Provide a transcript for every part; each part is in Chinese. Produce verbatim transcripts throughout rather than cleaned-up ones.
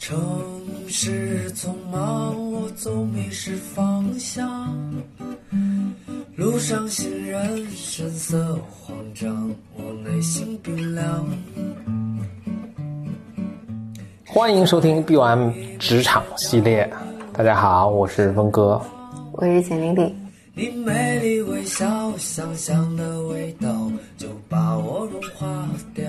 城市匆忙，我总迷失方向，路上行人神色慌张，我内心冰凉。 欢迎收听 B O M 职场系列，大家好，我是峰哥， 我是简玲玲。 你美丽微笑，香香的味道就把我融化掉。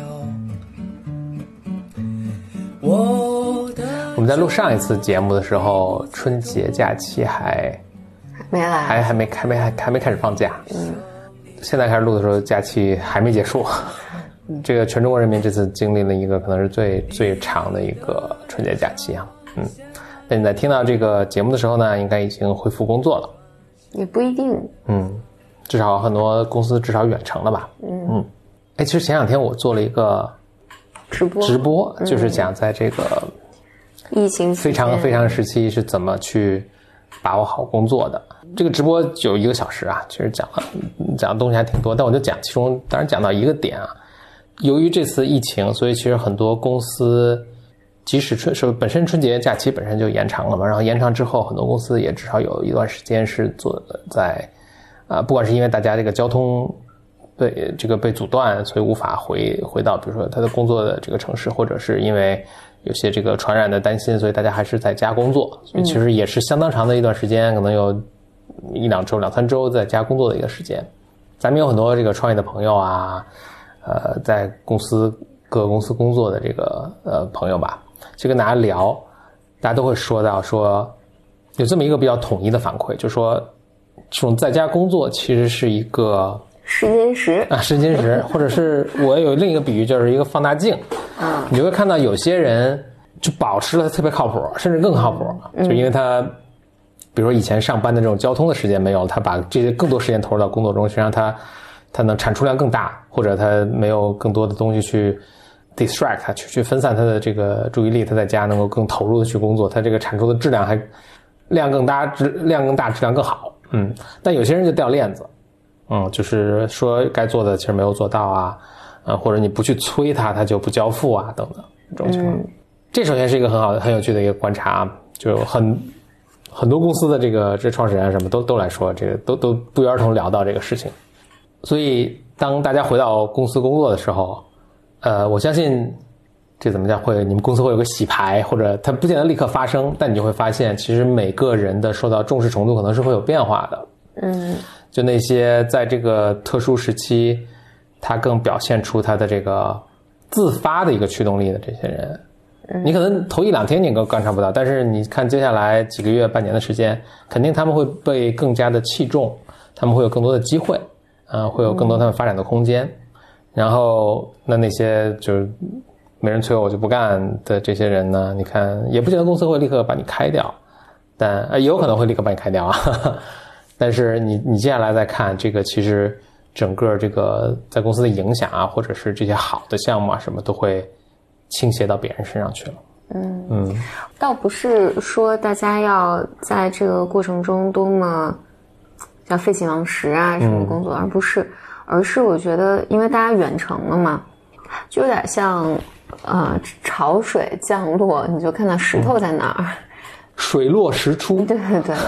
我的我们在录上一次节目的时候，春节假期还没来， 还还没还没还还没开始放假。嗯，现在开始录的时候，假期还没结束。这个全中国人民这次经历了一个可能是最最长的一个春节假期啊。嗯，那你在听到这个节目的时候呢，应该已经恢复工作了。 也不一定。嗯， 至少很多公司至少远程了吧。嗯嗯。哎，其实前两天我做了一个直播， 直播就是讲在这个疫情非常非常时期是怎么去把握好工作的。这个直播有一个小时啊，其实讲了讲的东西还挺多，但我就讲其中当然讲到一个点啊。由于这次疫情，所以其实很多公司即使春是本身春节假期本身就延长了嘛，然后延长之后，很多公司也至少有一段时间是做在啊、呃，不管是因为大家这个交通被这个被阻断，所以无法回回到比如说他的工作的这个城市，或者是因为有些这个传染的担心，所以大家还是在家工作，所以其实也是相当长的一段时间，可能有一两周、两三周在家工作的一个时间。咱们有很多这个创业的朋友啊，呃，在公司各个公司工作的这个呃朋友吧，去跟大家聊，大家都会说到说有这么一个比较统一的反馈，就是说这种在家工作其实是一个试金石啊，试金石，或者是我有另一个比喻，就是一个放大镜。嗯，你就会看到有些人就保持了特别靠谱，甚至更靠谱，嗯、就因为他比如说以前上班的这种交通的时间没有了，他把这些更多时间投入到工作中，实际上他他能产出量更大，或者他没有更多的东西去distract 他，去去分散他的这个注意力，他在家能够更投入的去工作，他这个产出的质量还量更大，质量更大，质量更好。嗯，但有些人就掉链子，嗯，就是说该做的其实没有做到啊，呃，或者你不去催他，他就不交付啊，等等这种情况。嗯、这首先是一个很好的、很有趣的一个观察，就很很多公司的这个这创始人什么都都来说，这个都都不约而同聊到这个事情。所以当大家回到公司工作的时候，呃，我相信这怎么讲会，你们公司会有个洗牌，或者它不见得立刻发生，但你就会发现，其实每个人的受到重视程度可能是会有变化的。嗯，就那些在这个特殊时期，他更表现出他的这个自发的一个驱动力的这些人，嗯、你可能头一两天你都观察不到，但是你看接下来几个月、半年的时间，肯定他们会被更加的器重，他们会有更多的机会，呃，会有更多他们发展的空间。嗯、然后那那些就是没人催我就不干的这些人呢，你看也不见得公司会立刻把你开掉，但呃也有可能会立刻把你开掉啊。呵呵，但是你你接下来再看这个，其实整个这个在公司的影响啊，或者是这些好的项目啊什么，都会倾斜到别人身上去了。嗯嗯， 倒不是说大家要在这个过程中多么像废寝忘食啊什么工作，嗯、而不是，而是我觉得因为大家远程了嘛，就有点像呃潮水降落，你就看到石头在哪儿。嗯， 水落石出， 对对对，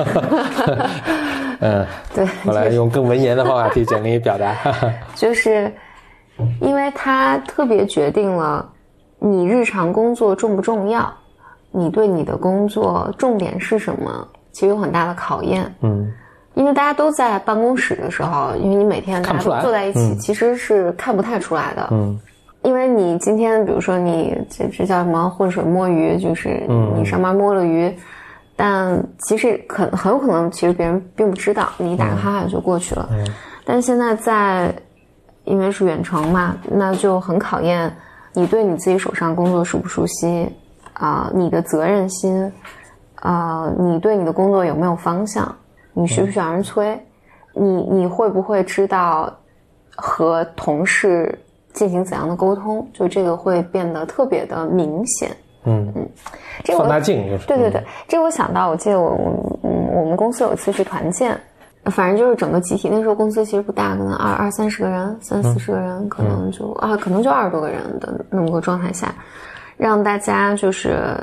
嗯，对。后来用更文言的方法替简历表达， 就是因为它特别决定了你日常工作重不重要，你对你的工作重点是什么，其实有很大的考验。嗯，因为大家都在办公室的时候，因为你每天大家都坐在一起，嗯、其实是看不太出来的。嗯。因为你今天比如说你这这叫什么浑水摸鱼，就是你上班摸了鱼，嗯、但其实很很有可能其实别人并不知道，你打个哈哈就过去了。嗯、但是现在在因为是远程嘛，那就很考验你对你自己手上工作熟不熟悉啊、呃，你的责任心啊、呃，你对你的工作有没有方向，你需不需要让人催，嗯、你你会不会知道和同事进行怎样的沟通，就这个会变得特别的明显。嗯嗯，这个放大镜就是。 对对对，这个我想到，我记得我我嗯我们公司有一次去团建，反正就是整个集体，那时候公司其实不大，可能二二三十个人、三四十个人，嗯、可能就啊可能就二十多个人的那么个状态下，让大家就是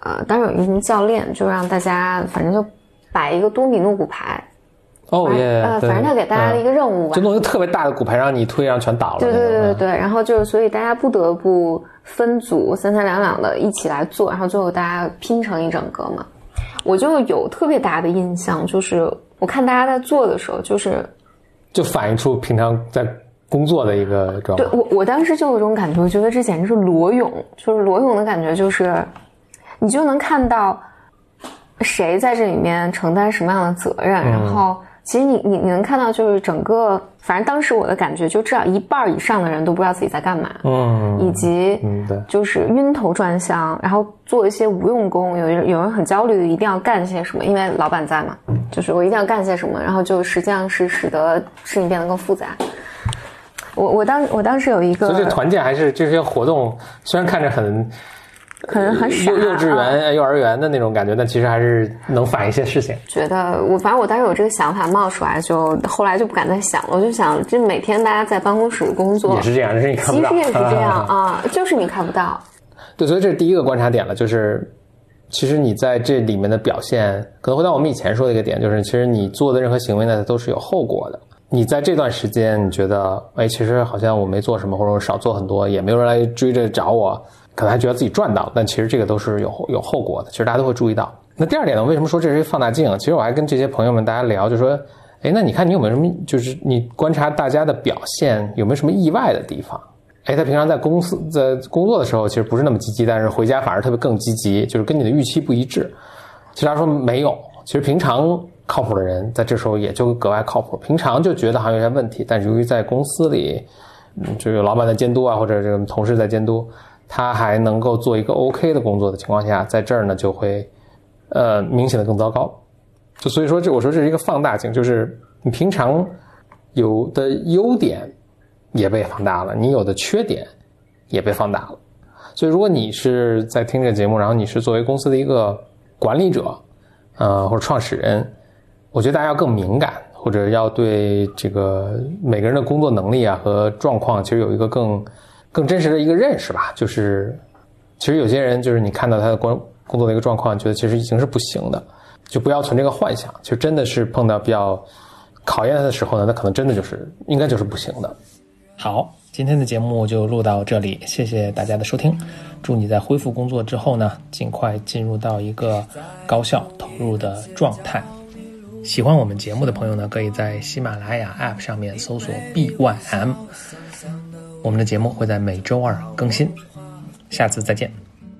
呃，当时有一名教练就让大家反正就摆一个多米诺骨牌。 哦耶！ 呃，反正他给大家的一个任务吧， 就弄一个特别大的骨牌，让你推，让全倒了。 对对对对对。然后就是，所以大家不得不分组，三三两两的一起来做，然后最后大家拼成一整个嘛。我就有特别大的印象，就是我看大家在做的时候，就是就反映出平常在工作的一个状况。 对我，我当时就有种感觉，我觉得这简直是裸泳，就是裸泳的感觉，就是你就能看到谁在这里面承担什么样的责任，嗯、然后。其实你你你能看到，就是整个，反正当时我的感觉，就至少一半以上的人都不知道自己在干嘛，嗯，以及就是晕头转向，然后做一些无用功，有有人很焦虑的一定要干些什么，因为老板在嘛，就是我一定要干些什么，然后就实际上是使得事情变得更复杂。我我当我当时有一个， 所以这团建还是这些活动，虽然看着很。 可能很傻， 幼幼稚园、啊、幼儿园的那种感觉，但其实还是能反映一些事情。 觉得我反正我当时有这个想法冒出来，就后来就不敢再想了。我就想，就每天大家在办公室工作也是这样，只是你看不到。 其实也是这样啊，啊就是你看不到。 对，所以这是第一个观察点了，就是其实你在这里面的表现，可能回到我们以前说的一个点，就是其实你做的任何行为呢，都是有后果的。你在这段时间，你觉得，哎，其实好像我没做什么，或者我少做很多，也没有人来追着找我。可能还觉得自己赚到，但其实这个都是有有后果的，其实大家都会注意到。那第二点呢，为什么说这是一个放大镜？其实我还跟这些朋友们大家聊，就说，哎，那你看你有没有什么，就是你观察大家的表现有没有什么意外的地方？哎，他平常在公司在工作的时候其实不是那么积极，但是回家反而特别更积极，就是跟你的预期不一致。其实他说没有，其实平常靠谱的人在这时候也就格外靠谱，平常就觉得好像有些问题，但是由于在公司里，嗯，就有老板的监督啊，或者这个同事在监督。他还能够做一个 OK 的工作的情况下，在这儿呢就会，呃，明显的更糟糕。就所以说这我说这是一个放大镜，就是你平常有的优点也被放大了，你有的缺点也被放大了。所以如果你是在听这个节目，然后你是作为公司的一个管理者，呃，或者创始人，我觉得大家要更敏感，或者要对这个每个人的工作能力啊和状况，其实有一个更。更真实的一个认识吧，就是其实有些人就是你看到他的工工作的一个状况，觉得其实已经是不行的，就不要存这个幻想。其实真的是碰到比较考验他的时候呢，那可能真的就是应该就是不行的。好，今天的节目就录到这里，谢谢大家的收听。祝你在恢复工作之后呢，尽快进入到一个高效投入的状态。喜欢我们节目的朋友呢，可以在喜马拉雅 App 上面搜索 B Y M。我们的节目会在每周二更新，下次再见。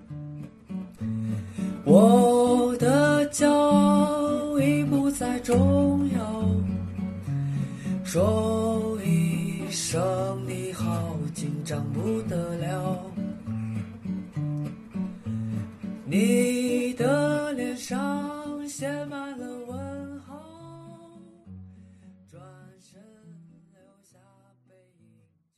我的骄傲已不再重要，说一声你好紧张不得了，你的脸上写满了我